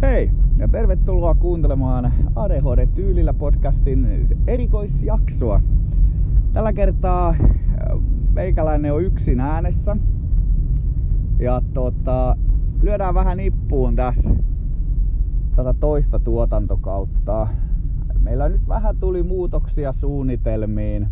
Hei ja tervetuloa kuuntelemaan ADHD-tyylillä podcastin erikoisjaksoa. Tällä kertaa meikäläinen on yksin äänessä ja lyödään vähän nippuun tässä tätä toista tuotantokautta. Meillä nyt vähän tuli muutoksia suunnitelmiin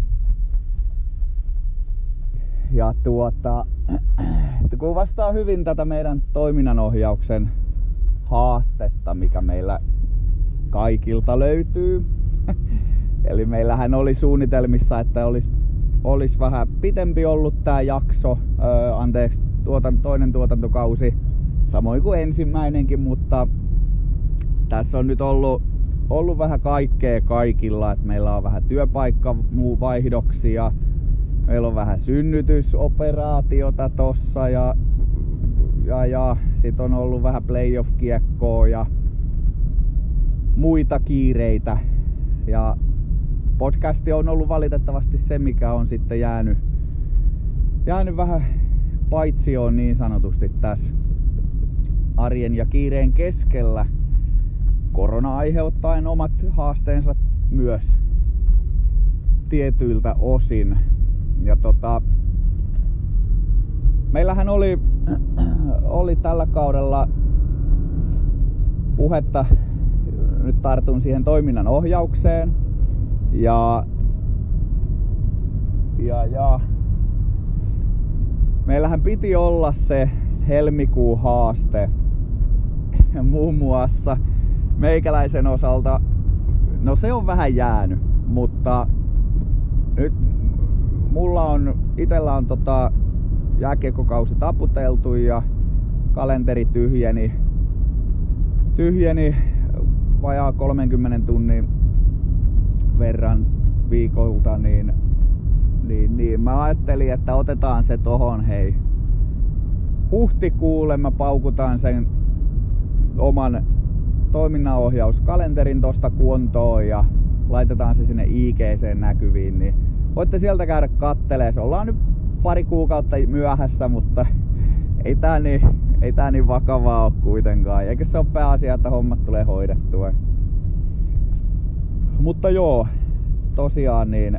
ja kuvastaa hyvin tätä meidän toiminnanohjauksen haastetta, mikä meillä kaikilta löytyy. Eli meillähän oli suunnitelmissa, että olisi vähän pitempi ollut tää jakso, toinen tuotantokausi, samoin kuin ensimmäinenkin, mutta tässä on nyt ollut vähän kaikkea kaikilla, että meillä on vähän työpaikkavaihdoksia, meillä on vähän synnytysoperaatiota tossa ja sit on ollut vähän playoff-kiekkoa ja muita kiireitä. Ja podcasti on ollut valitettavasti se, mikä on sitten jäänyt vähän paitsioon niin sanotusti tässä arjen ja kiireen keskellä. Korona aiheuttaen omat haasteensa myös tietyiltä osin. Ja meillähän oli tällä kaudella puhetta, nyt tartun siihen toiminnan ohjaukseen ja meillähän piti olla se helmikuun haaste muun muassa meikäläisen osalta. No se on vähän jäänyt, mutta nyt itellä on jääkiekkokausi taputeltu ja kalenteri tyhjeni vajaa 30 tunnin verran viikolta, niin mä ajattelin, että otetaan se tohon huhtikuulle. Mä paukutaan sen oman toiminnanohjauskalenterin tosta kuntoon ja laitetaan se sinne IG:seen näkyviin, niin voitte sieltä käydä kattelemaan. Se ollaan nyt pari kuukautta myöhässä, mutta ei tää niin vakavaa ole kuitenkaan. Eikä se ole pääasia, että hommat tulee hoidettua. Mutta joo, tosiaan niin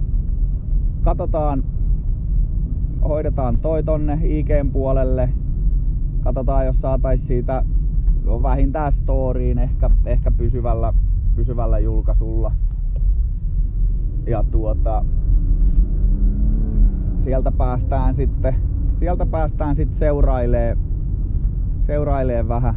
hoidetaan toi tonne IG:n puolelle. Katsotaan, jos saatais siitä vähintään storyin, ehkä pysyvällä julkaisulla. Ja sieltä päästään sitten seurailee vähän.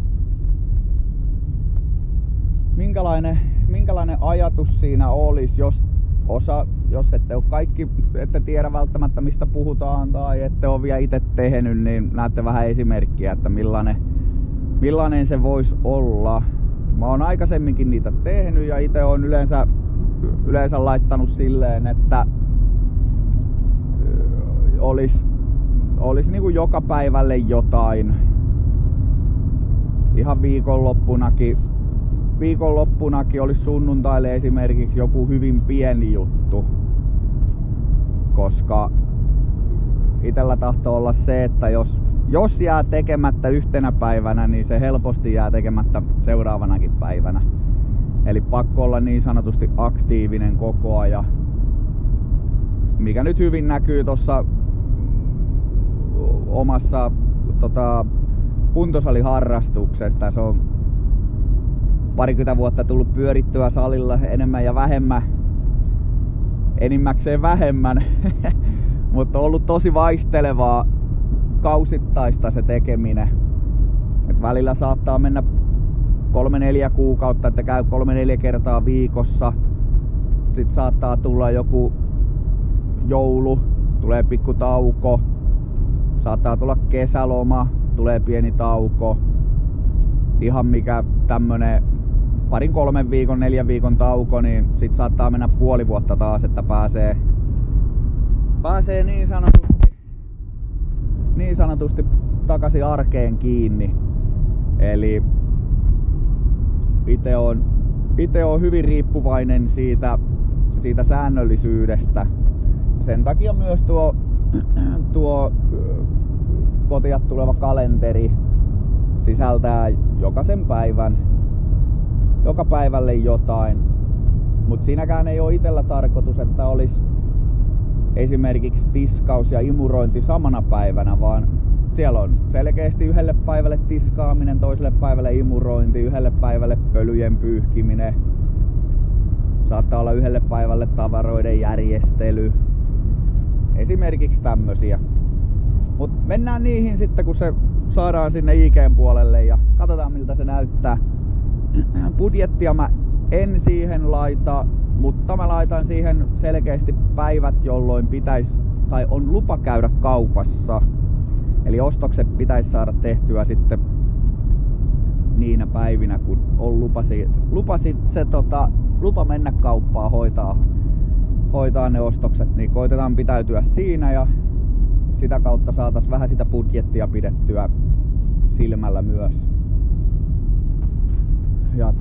Minkälainen ajatus siinä olisi, jos ette ole ette tiedä välttämättä mistä puhutaan tai ette ole vielä itse tehnyt, niin näette vähän esimerkkiä, että millainen se voisi olla. Mä oon aikaisemminkin niitä tehnyt ja itse on yleensä laittanut silleen, että olisi niinku joka päivälle jotain. Ihan viikonloppunakin olisi sunnuntaille esimerkiksi joku hyvin pieni juttu. Koska itellä tahtoo olla se, että jos jää tekemättä yhtenä päivänä, niin se helposti jää tekemättä seuraavanakin päivänä. Eli pakko olla niin sanotusti aktiivinen koko ajan. Mikä nyt hyvin näkyy tuossa omassa kuntosaliharrastuksesta. Se on parikymmentä vuotta tullut pyörittyä salilla enemmän ja vähemmän. Enimmäkseen vähemmän. Mutta on ollut tosi vaihtelevaa kausittaista se tekeminen. Et välillä saattaa mennä 3-4 kuukautta, että käy 3-4 kertaa viikossa. Sitten saattaa tulla joku joulu, tulee pikku tauko. Saattaa tulla kesäloma, tulee pieni tauko. Ihan mikä tämmönen 2-3 viikon, 4 viikon tauko, niin sit saattaa mennä puoli vuotta taas, että pääsee niin sanotusti takaisin arkeen kiinni. Eli ite on hyvin riippuvainen siitä säännöllisyydestä. Sen takia myös tuo kotia tuleva kalenteri sisältää joka päivälle jotain. Mut siinäkään ei oo itellä tarkoitus, että olis esimerkiksi tiskaus ja imurointi samana päivänä, vaan siellä on selkeästi yhdelle päivälle tiskaaminen, toiselle päivälle imurointi, yhdelle päivälle pölyjen pyyhkiminen. Saattaa olla yhdelle päivälle tavaroiden järjestely. Esimerkiksi tämmösiä. Mut mennään niihin sitten, kun se saadaan sinne IG:n puolelle ja katsotaan miltä se näyttää. Budjettia mä en siihen laita, mutta mä laitan siihen selkeästi päivät, jolloin pitäisi tai on lupa käydä kaupassa. Eli ostokset pitäisi saada tehtyä sitten niinä päivinä, kun on lupa mennä kauppaan hoitaa ne ostokset, niin koitetaan pitäytyä siinä ja sitä kautta saatais vähän sitä budjettia pidettyä silmällä myös. Ja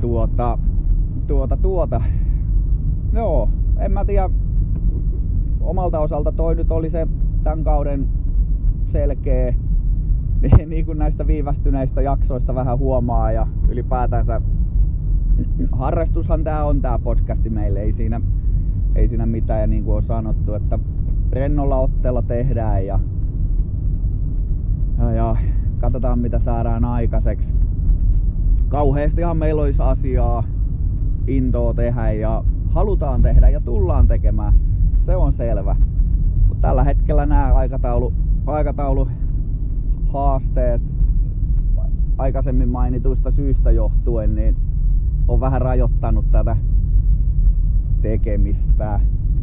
joo, en mä tiedä, omalta osalta toi nyt oli se tän kauden selkeä, niin kuin näistä viivästyneistä jaksoista vähän huomaa, ja ylipäätänsä harrastushan tää on tää podcasti meille, ei siinä mitään, ja niin kuin on sanottu, että rennolla otteella tehdään ja katsotaan mitä saadaan aikaiseksi. Kauheestihan meillä olisi asiaa, intoa tehdä ja halutaan tehdä ja tullaan tekemään, se on selvä. Mutta tällä hetkellä nämä aikatauluhaasteet aikaisemmin mainituista syistä johtuen niin on vähän rajoittanut tätä tekemistä.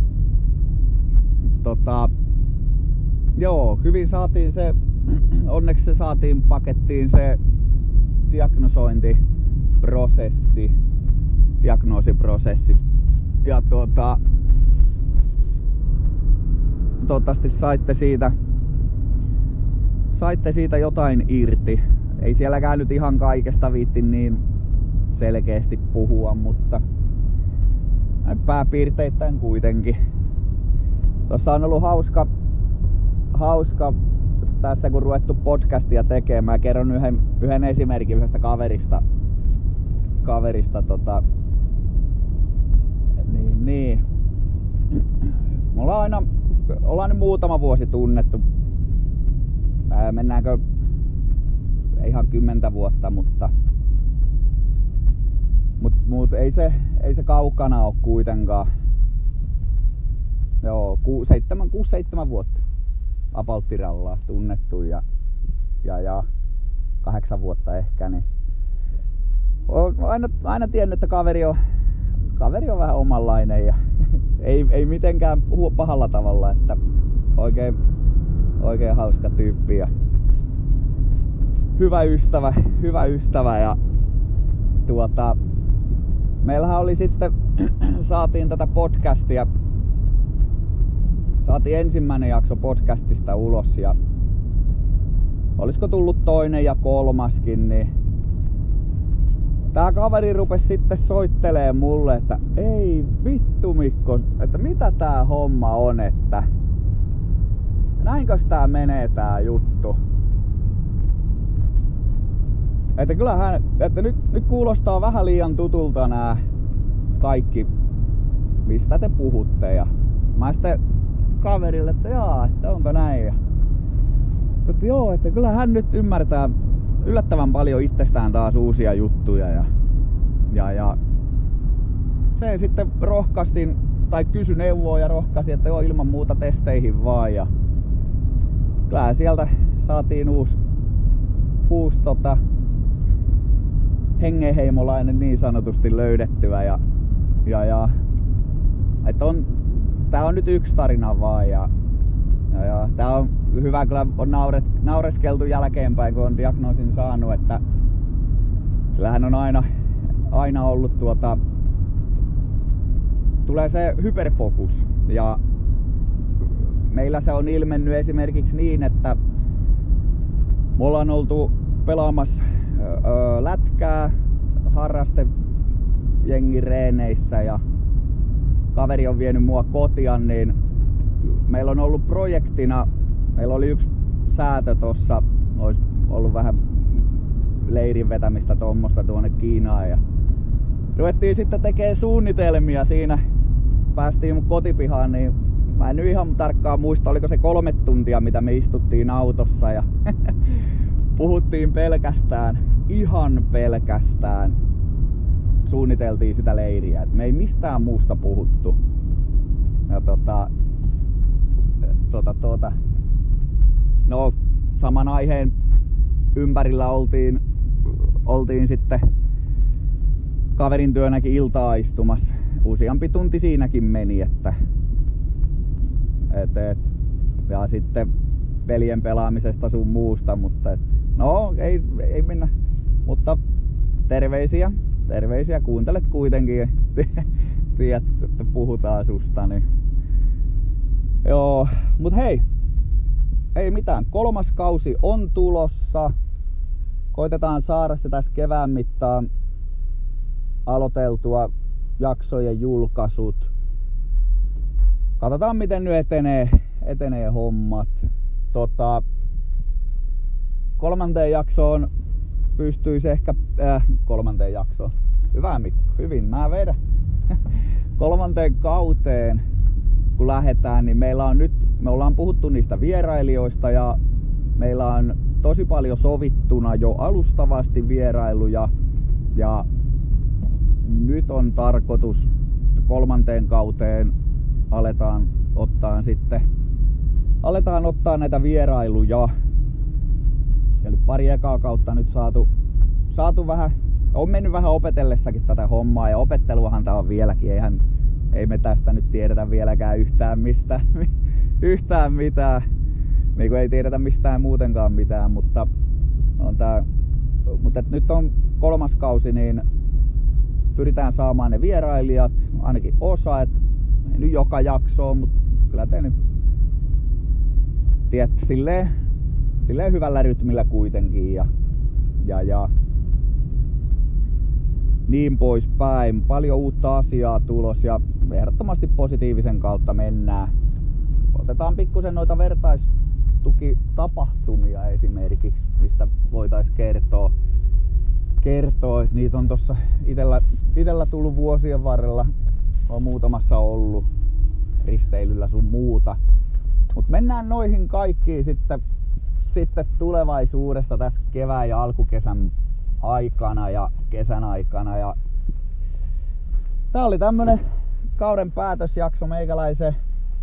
Joo, hyvin saatiin se, onneksi se saatiin pakettiin se diagnoosiprosessi. Ja toivottavasti saitte siitä jotain irti. Ei sielläkään nyt ihan kaikesta viitti niin selkeästi puhua, mutta pääpiirteittäin kuitenkin. Tuossa on ollut hauska tässä kun ruvettu podcastia tekemään. Kerron yhden esimerkin yhdestä kaverista. Niin. Me ollaan nyt muutama vuosi tunnettu. Mennäänkö ei ihan 10 vuotta, mutta ei se kaukana oo kuitenkaan. Joo, 6-7 vuotta apauttirallaa tunnettu ja 8 vuotta ehkä, niin oon aina tiennyt, että kaveri on vähän omanlainen ja ei mitenkään pahalla tavalla, että oikein hauska tyyppi ja hyvä ystävä ja meillähän oli sitten saatiin tätä podcastia, saatiin ensimmäinen jakso podcastista ulos ja olisiko tullut toinen ja kolmaskin, niin tää kaveri rupesi sitten soittelee mulle, että ei vittu Mikko, että mitä tää homma on, että näinkös tää menee tää juttu. Että kyllähän, että nyt kuulostaa vähän liian tutulta nää kaikki, mistä te puhutte. Ja mä sitten kaverille, että jaa, että onko näin. Mutta joo, että kyllähän nyt ymmärtää yllättävän paljon itsestään taas uusia juttuja. Ja se sitten rohkaisin, tai kysy neuvoa ja rohkaisin, että joo, ilman muuta testeihin vaan. Ja kyllähän sieltä saatiin uusi hengenheimolainen niin sanotusti löydettyä ja että tää on nyt yksi tarina vaan ja tää on hyvä, kyllä on naureskeltu jälkeenpäin kun on diagnoosin saanut, että sillähän on aina ollut tulee se hyperfokus ja meillä se on ilmennyt esimerkiksi niin, että me ollaan oltu pelaamassa lätkää harrastejengireeneissä ja kaveri on vienyt mua kotia, niin meillä on ollut projektina, meillä oli yksi säätö tossa, olisi ollut vähän leirin vetämistä tuommoista tuonne Kiinaan. Ja ruvettiin sitten tekemään suunnitelmia siinä. Päästiin mun kotipihaan, niin mä en nyt ihan tarkkaan muista, oliko se 3 tuntia, mitä me istuttiin autossa ja puhuttiin pelkästään, ihan pelkästään, suunniteltiin sitä leiriä. Et me ei mistään muusta puhuttu. Ja no, saman aiheen ympärillä oltiin sitten kaverin työnäkin iltaa istumassa. Useampi tunti siinäkin meni, ja sitten pelien pelaamisesta sun muusta, mutta no ei mennä, mutta terveisiä, kuuntelet kuitenkin, tiedät, että puhutaan susta, niin joo, mut hei, ei mitään, 3. kausi on tulossa, koitetaan saada se tässä kevään mittaan aloiteltua, jaksojen julkaisut. Katsotaan miten nyt etenee hommat. 3. jaksoon pystyisi ehkä 3. jaksoon. Hyvä Mikko, hyvin mä vedän. 3. kauteen kun lähdetään, niin me ollaan puhuttu niistä vierailijoista ja meillä on tosi paljon sovittuna jo alustavasti vierailuja ja nyt on tarkoitus 3. kauteen aletaan ottaa näitä vierailuja. Eli pari ekaa kautta nyt saatu vähän, on mennyt vähän opetellessakin tätä hommaa ja opetteluahan tää on vieläkin, ei me tästä nyt tiedetä vieläkään yhtään mitään. Niin kuin ei tiedetä mistään muutenkaan mitään, mutta nyt on 3. kausi, niin pyritään saamaan ne vierailijat, ainakin osa, et ei nyt joka jaksoon, mutta kyllä te nyt tiedätte, silleen hyvällä rytmillä kuitenkin ja niin poispäin. Paljon uutta asiaa tulos ja ehdottomasti positiivisen kautta mennään. Otetaan pikkusen noita vertaistukitapahtumia esimerkiksi, mistä voitaisiin kertoa, että niitä on tossa itellä tullut vuosien varrella, on muutamassa ollut risteilyllä sun muuta. Mut mennään noihin kaikkiin sitten tulevaisuudessa tässä kevään ja alkukesän aikana ja kesän aikana. Ja tää oli tämmönen kauden päätösjakso meikäläisen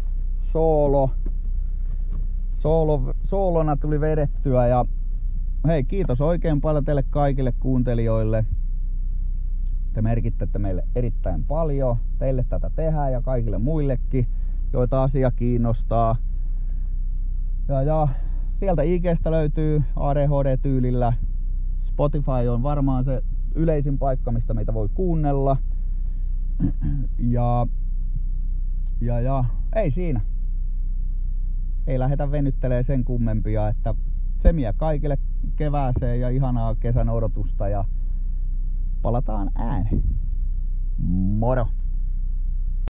soolona tuli vedettyä ja hei, kiitos oikein paljon teille kaikille kuuntelijoille. Te merkitte meille erittäin paljon. Teille tätä tehdään ja kaikille muillekin, joita asia kiinnostaa. Ja sieltä IG:stä löytyy ADHD-tyylillä. Spotify on varmaan se yleisin paikka, mistä meitä voi kuunnella. Ja ei siinä. Ei lähdetä venyttelemään sen kummempia, että tsemiä kaikille kevääseen ja ihanaa kesän odotusta ja palataan ääneen. Moro!